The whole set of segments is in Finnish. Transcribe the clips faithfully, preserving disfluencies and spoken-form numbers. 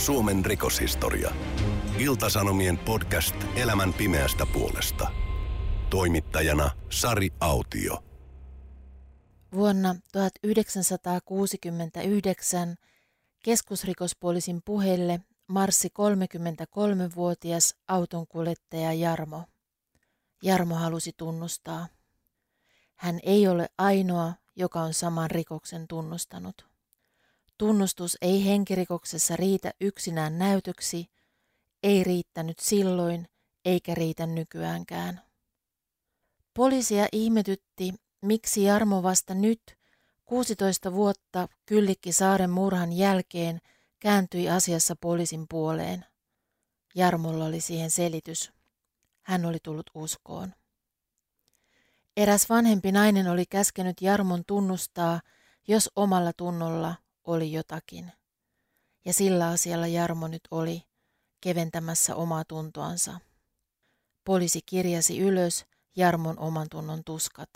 Suomen rikoshistoria. Ilta-Sanomien podcast Elämän pimeästä puolesta. Toimittajana Sari Autio. Vuonna tuhatyhdeksänsataakuusikymmentäyhdeksän keskusrikospoliisin puheille marssi kolmekymmentäkolmevuotias autonkuljettaja Jarmo. Jarmo halusi tunnustaa. Hän ei ole ainoa, joka on saman rikoksen tunnustanut. Tunnustus ei henkirikoksessa riitä yksinään näytöksi, ei riittänyt silloin eikä riitä nykyäänkään. Poliisia ihmetytti, miksi Jarmo vasta nyt, kuusitoista vuotta Kyllikki-Saaren murhan jälkeen, kääntyi asiassa poliisin puoleen. Jarmolla oli siihen selitys. Hän oli tullut uskoon. Eräs vanhempi nainen oli käskenyt Jarmon tunnustaa, jos omalla tunnolla oli jotakin. Ja sillä asialla Jarmo nyt oli, keventämässä omaa tuntoansa. Poliisi kirjasi ylös Jarmon oman tunnon tuskat.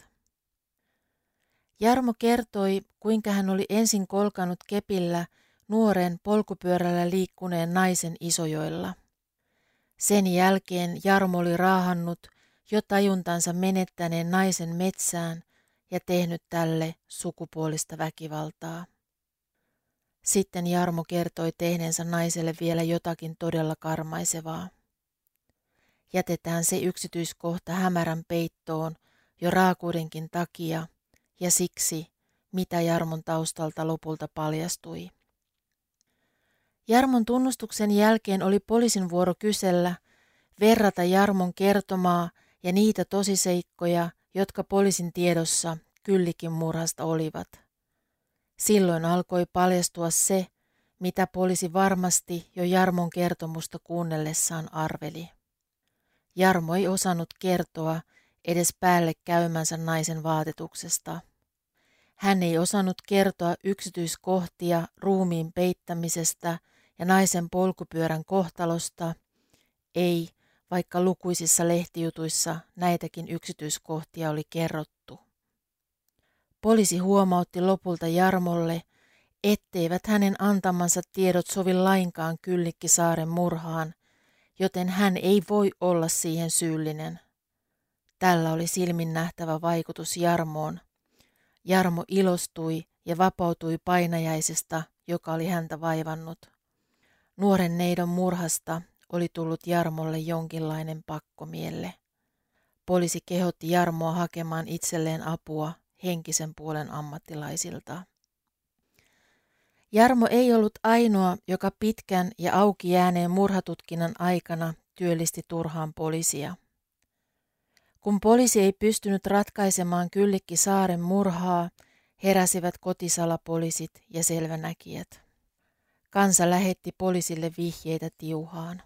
Jarmo kertoi, kuinka hän oli ensin kolkanut kepillä nuoren polkupyörällä liikkuneen naisen Isojoella. Sen jälkeen Jarmo oli raahannut jo tajuntansa menettäneen naisen metsään ja tehnyt tälle sukupuolista väkivaltaa. Sitten Jarmo kertoi tehneensä naiselle vielä jotakin todella karmaisevaa. Jätetään se yksityiskohta hämärän peittoon jo raakuudenkin takia ja siksi, mitä Jarmon taustalta lopulta paljastui. Jarmon tunnustuksen jälkeen oli poliisin vuoro kysellä, verrata Jarmon kertomaa ja niitä tosiseikkoja, jotka poliisin tiedossa Kyllikin murhasta olivat. Silloin alkoi paljastua se, mitä poliisi varmasti jo Jarmon kertomusta kuunnellessaan arveli. Jarmo ei osannut kertoa edes päälle käymänsä naisen vaatetuksesta. Hän ei osannut kertoa yksityiskohtia ruumiin peittämisestä ja naisen polkupyörän kohtalosta, ei, vaikka lukuisissa lehtijutuissa näitäkin yksityiskohtia oli kerrottu. Poliisi huomautti lopulta Jarmolle, etteivät hänen antamansa tiedot sovi lainkaan Kyllikki-Saaren murhaan, joten hän ei voi olla siihen syyllinen. Tällä oli silmin nähtävä vaikutus Jarmoon. Jarmo ilostui ja vapautui painajaisesta, joka oli häntä vaivannut. Nuoren neidon murhasta oli tullut Jarmolle jonkinlainen pakkomielle. Poliisi kehotti Jarmoa hakemaan itselleen apua henkisen puolen ammattilaisilta. Jarmo ei ollut ainoa, joka pitkän ja auki jääneen murhatutkinnan aikana työllisti turhaan poliisia. Kun poliisi ei pystynyt ratkaisemaan Kyllikki-Saaren murhaa, heräsivät kotisalapoliisit ja selvänäkijät. Kansa lähetti poliisille vihjeitä tiuhaan.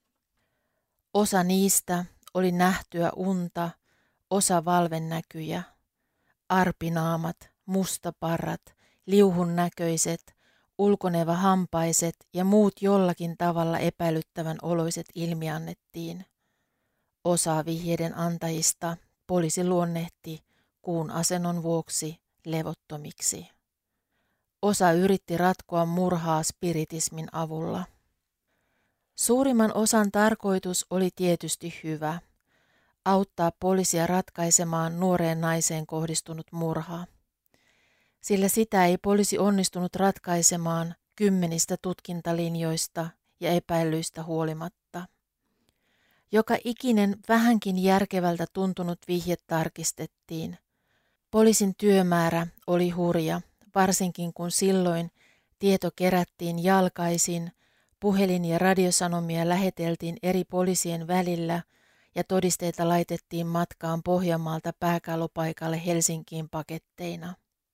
Osa niistä oli nähtyä unta, osa valvennäkyjä. Arpinaamat, mustaparrat, liuhun näköiset, ulkonevahampaiset ja muut jollakin tavalla epäilyttävän oloiset ilmiannettiin. Osa vihjeiden antajista poliisi luonnehti kuun asennon vuoksi levottomiksi. Osa yritti ratkoa murhaa spiritismin avulla. Suurimman osan tarkoitus oli tietysti hyvä, auttaa poliisia ratkaisemaan nuoreen naiseen kohdistunut murha. Sillä sitä ei poliisi onnistunut ratkaisemaan kymmenistä tutkintalinjoista ja epäilyistä huolimatta. Joka ikinen vähänkin järkevältä tuntunut vihje tarkistettiin. Poliisin työmäärä oli hurja, varsinkin kun silloin tieto kerättiin jalkaisin, puhelin- ja radiosanomia läheteltiin eri poliisien välillä ja todisteita laitettiin matkaan Pohjanmaalta pääkallopaikalle Helsinkiin paketteina.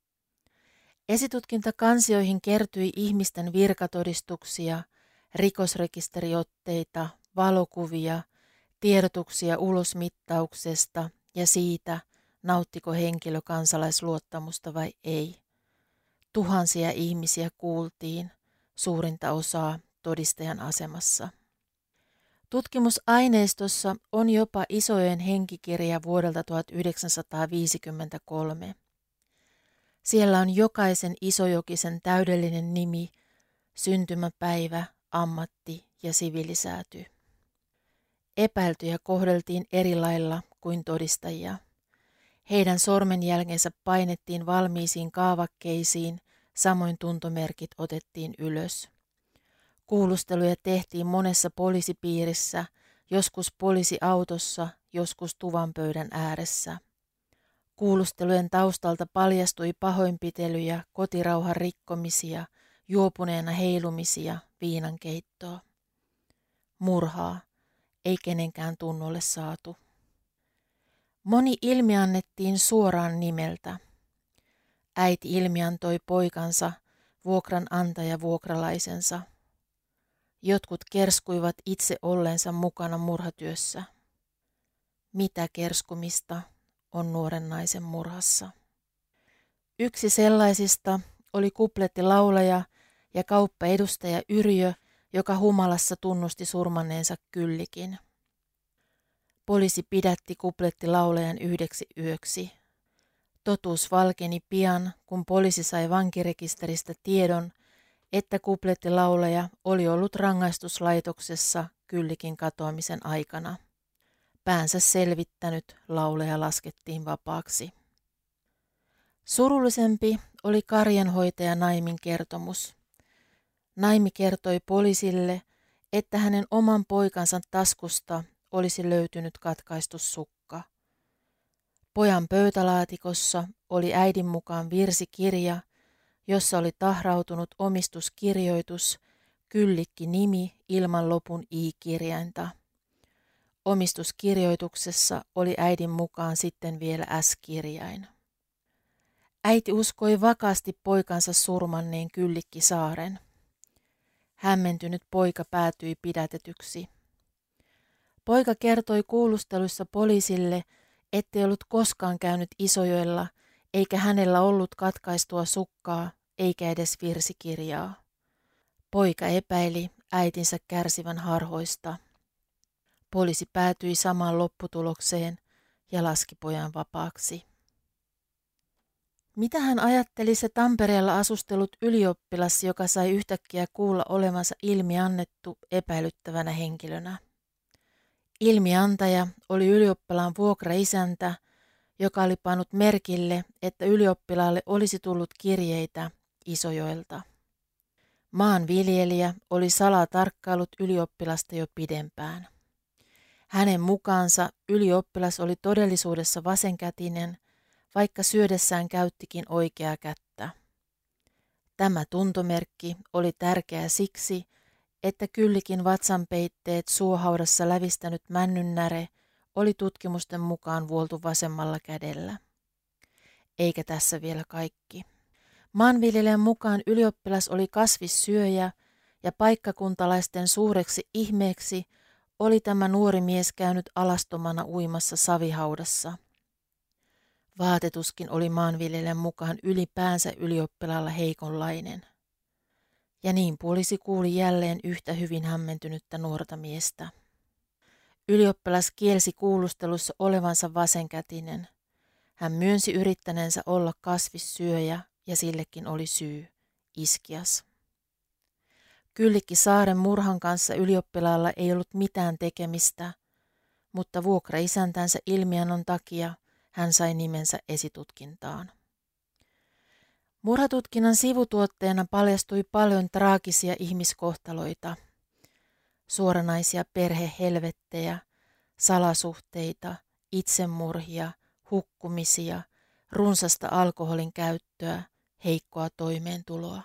Esitutkintakansioihin kertyi ihmisten virkatodistuksia, rikosrekisteriotteita, valokuvia, tiedotuksia ulosmittauksesta ja siitä, nauttiko henkilö kansalaisluottamusta vai ei. Tuhansia ihmisiä kuultiin, suurinta osaa todistajan asemassa. Tutkimusaineistossa on jopa Isojoen henkikirja vuodelta tuhatyhdeksänsataaviisikymmentäkolme. Siellä on jokaisen isojokisen täydellinen nimi, syntymäpäivä, ammatti ja siviilisääty. Epäiltyjä kohdeltiin eri lailla kuin todistajia. Heidän sormenjälkensä painettiin valmiisiin kaavakkeisiin, samoin tuntomerkit otettiin ylös. Kuulusteluja tehtiin monessa poliisipiirissä, joskus poliisiautossa, joskus tuvanpöydän ääressä. Kuulustelujen taustalta paljastui pahoinpitelyjä, kotirauhan rikkomisia, juopuneena heilumisia, viinankeittoa. Murhaa ei kenenkään tunnolle saatu. Moni ilmiannettiin suoraan nimeltä. Äiti ilmiantoi poikansa, vuokranantaja vuokralaisensa. Jotkut kerskuivat itse olleensa mukana murhatyössä. Mitä kerskumista on nuoren naisen murhassa? Yksi sellaisista oli kuplettilaulaja ja kauppaedustaja Yrjö, joka humalassa tunnusti surmanneensa Kyllikin. Poliisi pidätti kuplettilaulajan yhdeksi yöksi. Totuus valkeni pian, kun poliisi sai vankirekisteristä tiedon, että kuplettilaulaja oli ollut rangaistuslaitoksessa Kyllikin katoamisen aikana. Päänsä selvittänyt laulaja laskettiin vapaaksi. Surullisempi oli karjanhoitaja Naimin kertomus. Naimi kertoi poliisille, että hänen oman poikansa taskusta olisi löytynyt katkaistu sukka. Pojan pöytälaatikossa oli äidin mukaan virsikirja, jossa oli tahrautunut omistuskirjoitus, Kyllikki-nimi ilman lopun i-kirjainta. Omistuskirjoituksessa oli äidin mukaan sitten vielä s-kirjain. Äiti uskoi vakaasti poikansa surmanneen Kyllikki-Saaren. Hämmentynyt poika päätyi pidätetyksi. Poika kertoi kuulusteluissa poliisille, ettei ollut koskaan käynyt Isojoella, eikä hänellä ollut katkaistua sukkaa, eikä edes virsikirjaa. Poika epäili äitinsä kärsivän harhoista. Poliisi päätyi samaan lopputulokseen ja laski pojan vapaaksi. Mitä hän ajatteli se Tampereella asustellut ylioppilas, joka sai yhtäkkiä kuulla olevansa ilmiannettu epäilyttävänä henkilönä? Ilmiantaja oli ylioppilaan vuokraisäntä, joka oli pannut merkille, että ylioppilaalle olisi tullut kirjeitä Isojoelta. Maanviljelijä oli salatarkkailut ylioppilasta jo pidempään. Hänen mukaansa ylioppilas oli todellisuudessa vasenkätinen, vaikka syödessään käyttikin oikeaa kättä. Tämä tuntomerkki oli tärkeä siksi, että Kyllikin vatsanpeitteet suohaudassa lävistänyt männynnäre oli tutkimusten mukaan vuoltu vasemmalla kädellä. Eikä tässä vielä kaikki. Maanviljelijän mukaan ylioppilas oli kasvissyöjä ja paikkakuntalaisten suureksi ihmeeksi oli tämä nuori mies käynyt alastomana uimassa savihaudassa. Vaatetuskin oli maanviljelijän mukaan ylipäänsä ylioppilaalla heikonlainen. Ja niin poliisi kuuli jälleen yhtä hyvin hämmentynyttä nuorta miestä. Ylioppilas kielsi kuulustelussa olevansa vasenkätinen. Hän myönsi yrittäneensä olla kasvissyöjä ja sillekin oli syy, iskias. Kyllikki-Saaren murhan kanssa ylioppilaalla ei ollut mitään tekemistä, mutta vuokraisäntänsä ilmiannon takia hän sai nimensä esitutkintaan. Murhatutkinnan sivutuotteena paljastui paljon traagisia ihmiskohtaloita, suoranaisia perhehelvettejä, salasuhteita, itsemurhia, hukkumisia, runsasta alkoholin käyttöä, heikkoa toimeentuloa.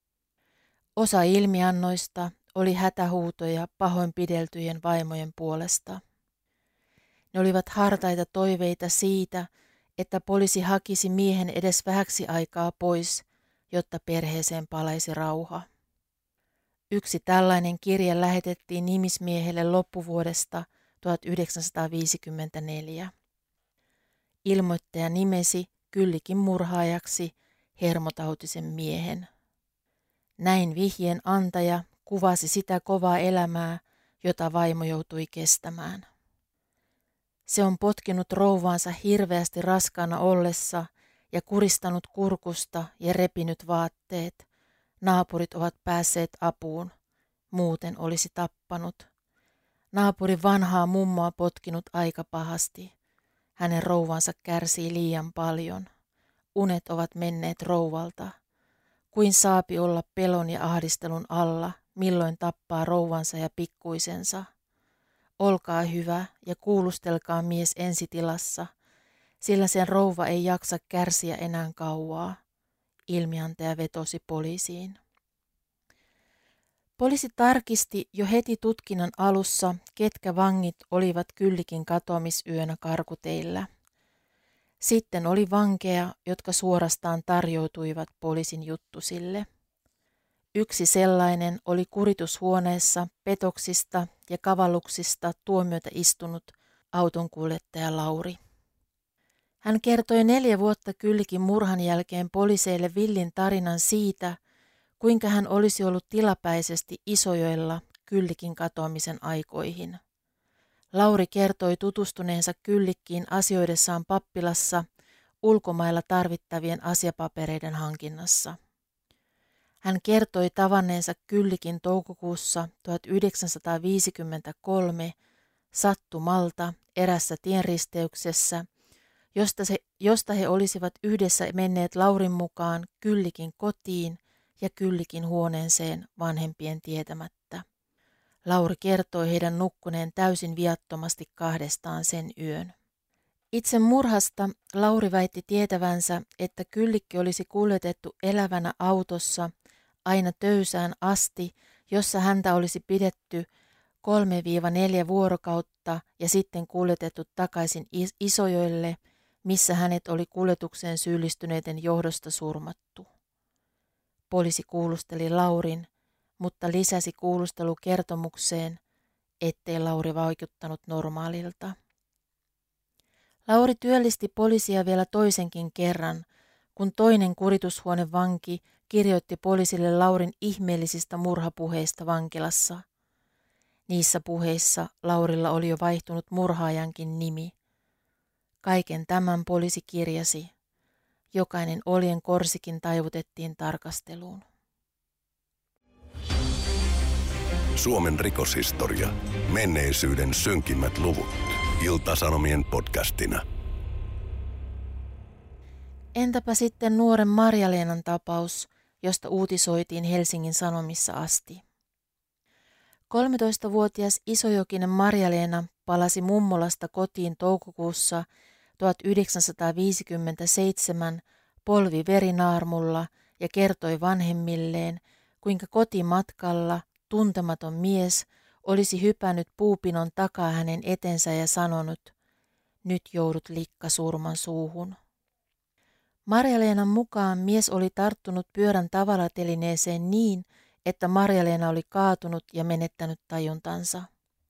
Osa ilmiannoista oli hätähuutoja pahoinpideltyjen vaimojen puolesta. Ne olivat hartaita toiveita siitä, että poliisi hakisi miehen edes vähäksi aikaa pois, jotta perheeseen palaisi rauha. Yksi tällainen kirje lähetettiin nimismiehelle loppuvuodesta tuhatyhdeksänsataaviisikymmentäneljä. Ilmoittaja nimesi Kyllikin murhaajaksi hermotautisen miehen. Näin vihjeen antaja kuvasi sitä kovaa elämää, jota vaimo joutui kestämään. Se on potkinut rouvaansa hirveästi raskaana ollessa ja kuristanut kurkusta ja repinyt vaatteet. Naapurit ovat päässeet apuun, muuten olisi tappanut. Naapurin vanhaa mummoa potkinut aika pahasti. Hänen rouvansa kärsii liian paljon. Unet ovat menneet rouvalta. Kuin saapi olla pelon ja ahdistelun alla, milloin tappaa rouvansa ja pikkuisensa. Olkaa hyvä ja kuulustelkaa mies ensitilassa, sillä sen rouva ei jaksa kärsiä enää kauaa. Ilmiantaja vetosi poliisiin. Poliisi tarkisti jo heti tutkinnan alussa, ketkä vangit olivat Kyllikin katoamisyönä karkuteillä. Sitten oli vankeja, jotka suorastaan tarjoutuivat poliisin juttusille. Yksi sellainen oli kuritushuoneessa petoksista ja kavalluksista tuomiota istunut autonkuljettaja Lauri. Hän kertoi neljä vuotta Kyllikin murhan jälkeen poliiseille villin tarinan siitä, kuinka hän olisi ollut tilapäisesti Isojoella Kyllikin katoamisen aikoihin. Lauri kertoi tutustuneensa Kyllikkiin asioidessaan pappilassa ulkomailla tarvittavien asiapapereiden hankinnassa. Hän kertoi tavanneensa Kyllikin toukokuussa tuhatyhdeksänsataaviisikymmentäkolme sattumalta erässä tienristeyksessä, josta, se, josta he olisivat yhdessä menneet Laurin mukaan Kyllikin kotiin ja Kyllikin huoneeseen vanhempien tietämättä. Lauri kertoi heidän nukkuneen täysin viattomasti kahdestaan sen yön. Itse murhasta Lauri väitti tietävänsä, että Kyllikki olisi kuljetettu elävänä autossa aina Töysään asti, jossa häntä olisi pidetty kolmesta neljään vuorokautta ja sitten kuljetettu takaisin Isojoelle, missä hänet oli kuljetukseen syyllistyneiden johdosta surmattu. Poliisi kuulusteli Laurin, mutta lisäsi kuulustelukertomukseen, ettei Lauri vaikuttanut normaalilta. Lauri työllisti poliisia vielä toisenkin kerran, kun toinen kuritushuonevanki kirjoitti poliisille Laurin ihmeellisistä murhapuheista vankilassa. Niissä puheissa Laurilla oli jo vaihtunut murhaajankin nimi. Kaiken tämän poliisi kirjasi. Jokainen oljen korsikin taivutettiin tarkasteluun. Suomen rikoshistoria. Menneisyyden synkimmät luvut. Ilta-Sanomien podcastina. Entäpä sitten nuoren Marja-Leenan tapaus, josta uutisoitiin Helsingin Sanomissa asti. kolmetoistavuotias isojokinen Marja-Leena palasi mummolasta kotiin toukokuussa tuhatyhdeksänsataaviisikymmentäseitsemän polvi verinaarmulla ja kertoi vanhemmilleen, kuinka kotimatkalla tuntematon mies olisi hypännyt puupinon takaa hänen etensä ja sanonut, nyt joudut likka surman suuhun. Marja-Leenan mukaan mies oli tarttunut pyörän tavaratelineeseen niin, että Marja-Leena oli kaatunut ja menettänyt tajuntansa.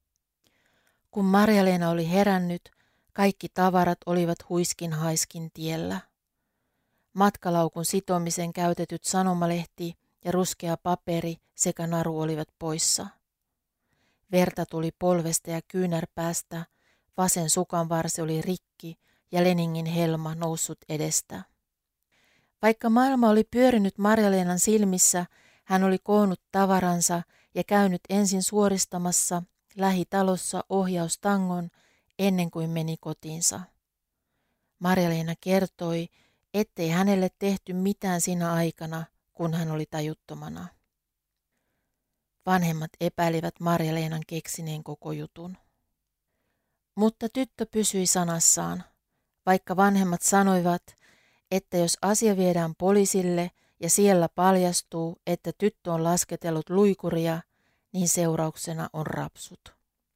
Kun Marja-Leena oli herännyt, kaikki tavarat olivat huiskin haiskin tiellä. Matkalaukun sitomiseen käytetyt sanomalehti ja ruskea paperi sekä naru olivat poissa. Verta tuli polvesta ja kyynärpäästä, vasen sukanvarsi oli rikki ja Leningin helma noussut edestä. Vaikka maailma oli pyörinyt Marja-Leenan silmissä, hän oli koonnut tavaransa ja käynyt ensin suoristamassa lähitalossa ohjaustangon ennen kuin meni kotiinsa. Marja-Leena kertoi, ettei hänelle tehty mitään siinä aikana, kun hän oli tajuttomana. Vanhemmat epäilivät Marja-Leenan keksineen koko jutun. Mutta tyttö pysyi sanassaan, vaikka vanhemmat sanoivat, että jos asia viedään poliisille ja siellä paljastuu, että tyttö on lasketellut luikuria, niin seurauksena on rapsut.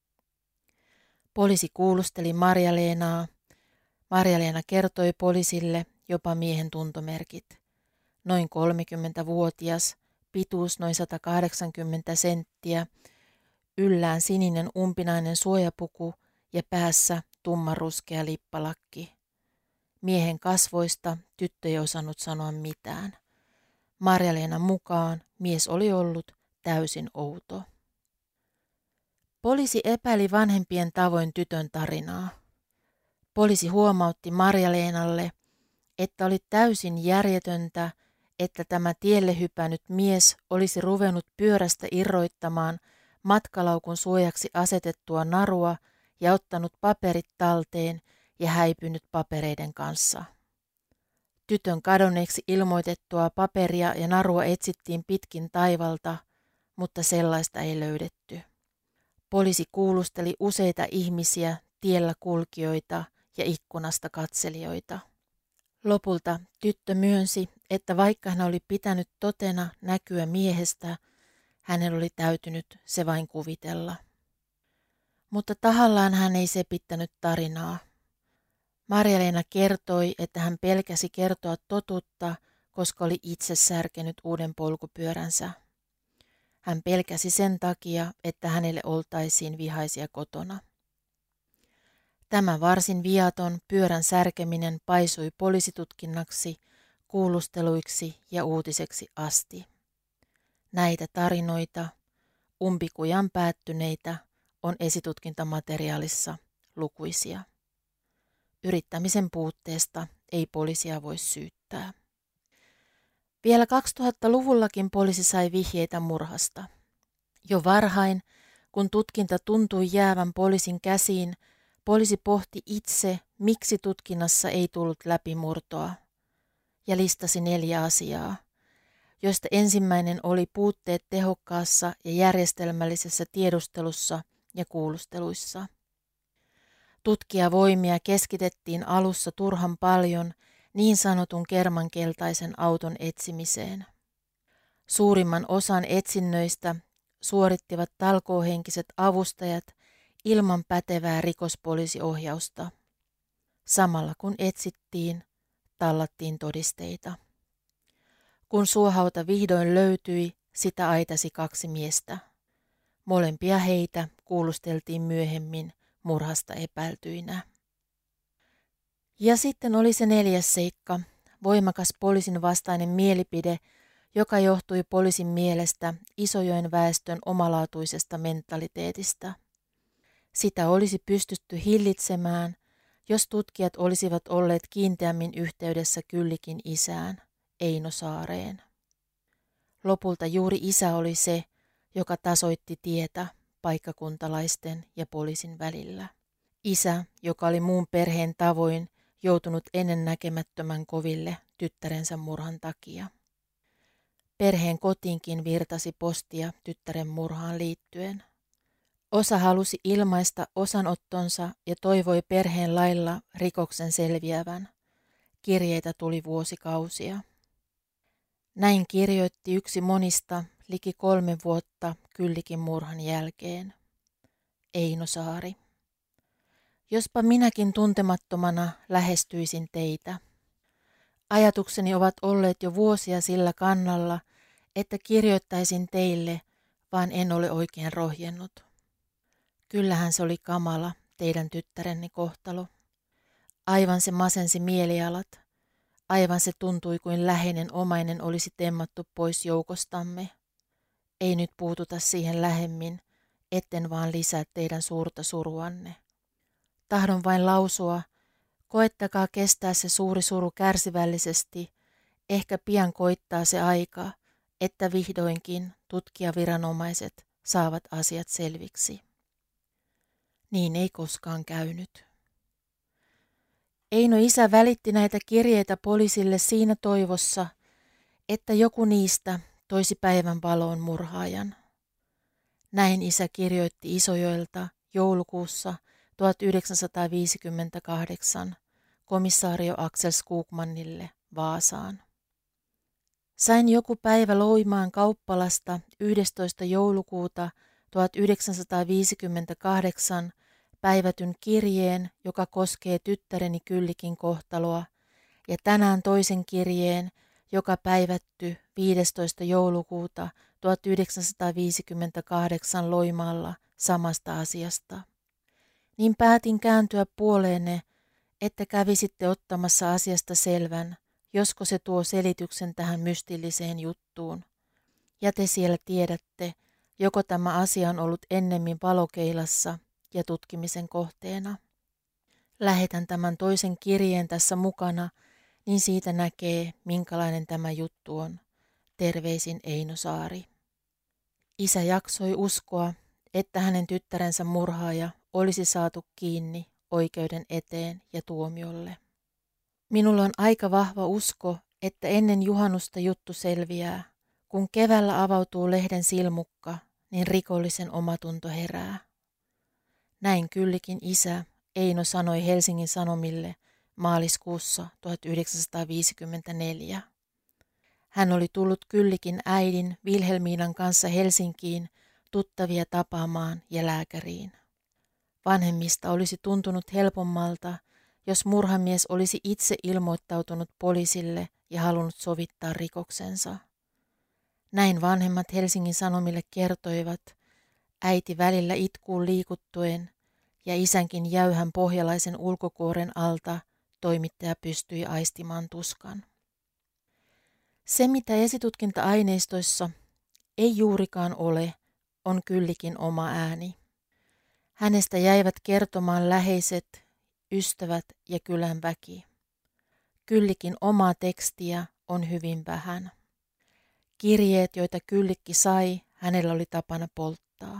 Poliisi kuulusteli Marja-Leenaa. Marja-Leena kertoi poliisille jopa miehen tuntomerkit. Noin kolmekymmentävuotias, pituus noin sata kahdeksankymmentä senttiä, yllään sininen umpinainen suojapuku ja päässä tummanruskea lippalakki. Miehen kasvoista tyttö ei osannut sanoa mitään. Marja-Leenan mukaan mies oli ollut täysin outo. Poliisi epäili vanhempien tavoin tytön tarinaa. Poliisi huomautti Marja-Leenalle, että oli täysin järjetöntä, että tämä tielle hypännyt mies olisi ruvennut pyörästä irroittamaan matkalaukun suojaksi asetettua narua ja ottanut paperit talteen ja häipynyt papereiden kanssa. Tytön kadonneeksi ilmoitettua paperia ja narua etsittiin pitkin taivalta, mutta sellaista ei löydetty. Poliisi kuulusteli useita ihmisiä, tiellä kulkijoita ja ikkunasta katselijoita. Lopulta tyttö myönsi, että vaikka hän oli pitänyt totena näkyä miehestä, hänen oli täytynyt se vain kuvitella. Mutta tahallaan hän ei sepittänyt tarinaa. Marja-Leena kertoi, että hän pelkäsi kertoa totuutta, koska oli itse särkenyt uuden polkupyöränsä. Hän pelkäsi sen takia, että hänelle oltaisiin vihaisia kotona. Tämä varsin viaton pyörän särkeminen paisui poliisitutkinnaksi, kuulusteluiksi ja uutiseksi asti. Näitä tarinoita, umpikujan päättyneitä, on esitutkintamateriaalissa lukuisia. Yrittämisen puutteesta ei poliisia voi syyttää. Vielä kaksituhattaluvullakin poliisi sai vihjeitä murhasta. Jo varhain, kun tutkinta tuntui jäävän poliisin käsiin, poliisi pohti itse, miksi tutkinnassa ei tullut läpimurtoa, ja listasi neljä asiaa, joista ensimmäinen oli puutteet tehokkaassa ja järjestelmällisessä tiedustelussa ja kuulusteluissa. Tutkijavoimia keskitettiin alussa turhan paljon niin sanotun kermankeltaisen auton etsimiseen. Suurimman osan etsinnöistä suorittivat talkoohenkiset avustajat ilman pätevää rikospoliisiohjausta. Samalla kun etsittiin, tallattiin todisteita. Kun suohauta vihdoin löytyi, sitä aitasi kaksi miestä. Molempia heitä kuulusteltiin myöhemmin murhasta epäiltyinä. Ja sitten oli se neljäs seikka, voimakas poliisin vastainen mielipide, joka johtui poliisin mielestä Isojoen väestön omalaatuisesta mentaliteetista. Sitä olisi pystytty hillitsemään, jos tutkijat olisivat olleet kiinteämmin yhteydessä Kyllikin isään, Eino Saareen. Lopulta juuri isä oli se, joka tasoitti tietä paikkakuntalaisten ja poliisin välillä. Isä, joka oli muun perheen tavoin joutunut ennennäkemättömän koville tyttärensä murhan takia. Perheen kotiinkin virtasi postia tyttären murhaan liittyen. Osa halusi ilmaista osanottonsa ja toivoi perheen lailla rikoksen selviävän. Kirjeitä tuli vuosikausia. Näin kirjoitti yksi monista liki kolme vuotta Kyllikin murhan jälkeen. Eino Saari. Jospa minäkin tuntemattomana lähestyisin teitä. Ajatukseni ovat olleet jo vuosia sillä kannalla, että kirjoittaisin teille, vaan en ole oikein rohjennut. Kyllähän se oli kamala, teidän tyttärenne kohtalo. Aivan se masensi mielialat. Aivan se tuntui kuin läheinen omainen olisi temmattu pois joukostamme. Ei nyt puututa siihen lähemmin, etten vaan lisää teidän suurta suruanne. Tahdon vain lausua, koettakaa kestää se suuri suru kärsivällisesti, ehkä pian koittaa se aika, että vihdoinkin tutkijaviranomaiset saavat asiat selviksi. Niin ei koskaan käynyt. Eino isä välitti näitä kirjeitä poliisille siinä toivossa, että joku niistä toisi päivän valoon murhaajan. Näin isä kirjoitti Isojoelta joulukuussa tuhatyhdeksänsataaviisikymmentäkahdeksan komissaario Axel Skogmanille Vaasaan. Sain joku päivä Loimaan kauppalasta yhdestoista joulukuuta tuhatyhdeksänsataaviisikymmentäkahdeksan päivätyn kirjeen, joka koskee tyttäreni Kyllikin kohtaloa, ja tänään toisen kirjeen, joka päivätty viidestoista joulukuuta tuhatyhdeksänsataaviisikymmentäkahdeksan Loimaalla samasta asiasta. Niin päätin kääntyä puoleenne, että kävisitte ottamassa asiasta selvän, josko se tuo selityksen tähän mystilliseen juttuun. Ja te siellä tiedätte, joko tämä asia on ollut ennemmin valokeilassa ja tutkimisen kohteena. Lähetän tämän toisen kirjeen tässä mukana niin siitä näkee, minkälainen tämä juttu on. Terveisin Eino Saari. Isä jaksoi uskoa, että hänen tyttärensä murhaaja olisi saatu kiinni oikeuden eteen ja tuomiolle. Minulla on aika vahva usko, että ennen juhannusta juttu selviää. Kun keväällä avautuu lehden silmukka, niin rikollisen omatunto herää. Näin Kyllikin isä Eino sanoi Helsingin Sanomille maaliskuussa tuhatyhdeksänsataaviisikymmentäneljä. Hän oli tullut Kyllikin äidin Vilhelmiinan kanssa Helsinkiin tuttavia tapaamaan ja lääkäriin. Vanhemmista olisi tuntunut helpommalta, jos murhamies olisi itse ilmoittautunut poliisille ja halunnut sovittaa rikoksensa. Näin vanhemmat Helsingin Sanomille kertoivat, äiti välillä itkuun liikuttuen ja isänkin jäyhän pohjalaisen ulkokuoren alta toimittaja pystyi aistimaan tuskan. Se, mitä esitutkinta-aineistoissa ei juurikaan ole, on Kyllikin oma ääni. Hänestä jäivät kertomaan läheiset, ystävät ja kylän väki. Kyllikin omaa tekstiä on hyvin vähän. Kirjeet, joita Kyllikki sai, hänellä oli tapana polttaa.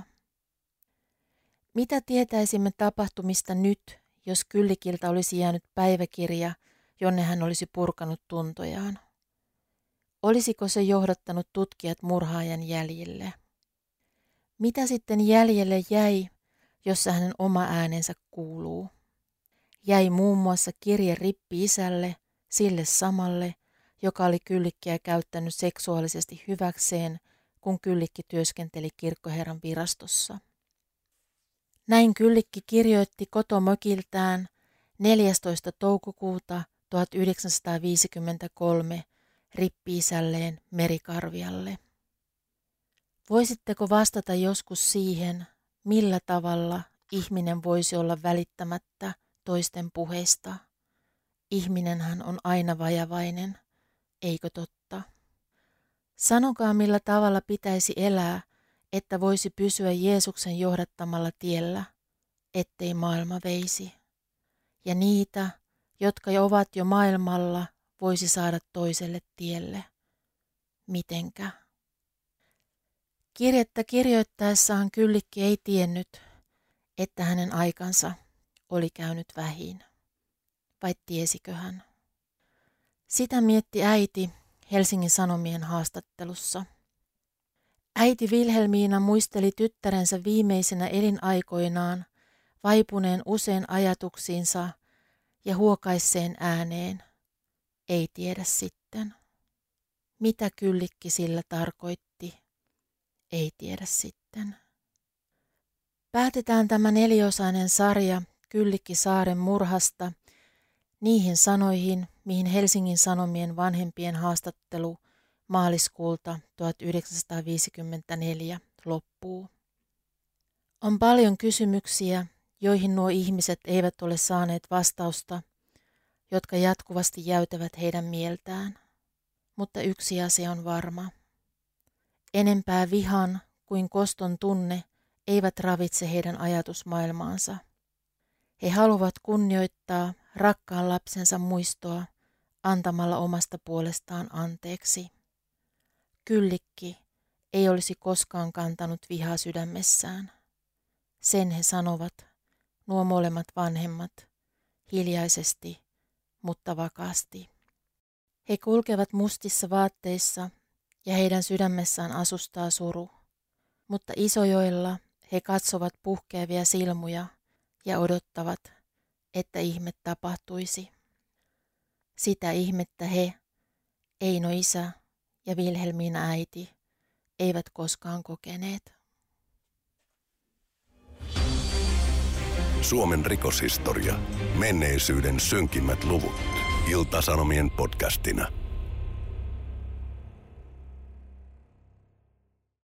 Mitä tietäisimme tapahtumista nyt, jos Kyllikiltä olisi jäänyt päiväkirja, jonne hän olisi purkanut tuntojaan? Olisiko se johdattanut tutkijat murhaajan jäljille? Mitä sitten jäljelle jäi, jossa hänen oma äänensä kuuluu? Jäi muun muassa kirje rippi-isälle, sille samalle, joka oli Kyllikkiä käyttänyt seksuaalisesti hyväkseen, kun Kyllikki työskenteli kirkkoherran virastossa. Näin Kyllikki kirjoitti kotomökiltään neljästoista toukokuuta tuhatyhdeksänsataaviisikymmentäkolme rippi-isälleen Merikarvialle. Voisitteko vastata joskus siihen, millä tavalla ihminen voisi olla välittämättä toisten puheista? Ihminenhän on aina vajavainen, eikö totta? Sanokaa, millä tavalla pitäisi elää, että voisi pysyä Jeesuksen johdattamalla tiellä, ettei maailma veisi. Ja niitä, jotka jo ovat jo maailmalla, voisi saada toiselle tielle. Mitenkä? Kirjettä kirjoittaessaan Kyllikki ei tiennyt, että hänen aikansa oli käynyt vähiin. Vai tiesikö hän? Sitä mietti äiti Helsingin Sanomien haastattelussa. Äiti Vilhelmiina muisteli tyttärensä viimeisenä elinaikoinaan vaipuneen usein ajatuksiinsa ja huokaisseen ääneen. Ei tiedä sitten. Mitä Kyllikki sillä tarkoitti? Ei tiedä sitten. Päätetään tämä neliosainen sarja Kyllikki Saaren murhasta niihin sanoihin, mihin Helsingin Sanomien vanhempien haastattelu maaliskuulta tuhatyhdeksänsataaviisikymmentäneljä loppuu. On paljon kysymyksiä, joihin nuo ihmiset eivät ole saaneet vastausta, jotka jatkuvasti jäytävät heidän mieltään. Mutta yksi asia on varma. Enempää vihan kuin koston tunne eivät ravitse heidän ajatusmaailmaansa. He haluavat kunnioittaa rakkaan lapsensa muistoa antamalla omasta puolestaan anteeksi. Kyllikki ei olisi koskaan kantanut vihaa sydämessään. Sen he sanovat, nuo molemmat vanhemmat, hiljaisesti, mutta vakaasti. He kulkevat mustissa vaatteissa ja heidän sydämessään asustaa suru, mutta Isojoella he katsovat puhkeavia silmuja ja odottavat, että ihme tapahtuisi. Sitä ihmettä he, Eino isä ja Vilhelmiina äiti, eivät koskaan kokeneet. Suomen rikoshistoria. Menneisyyden synkimmät luvut. Ilta-Sanomien podcastina.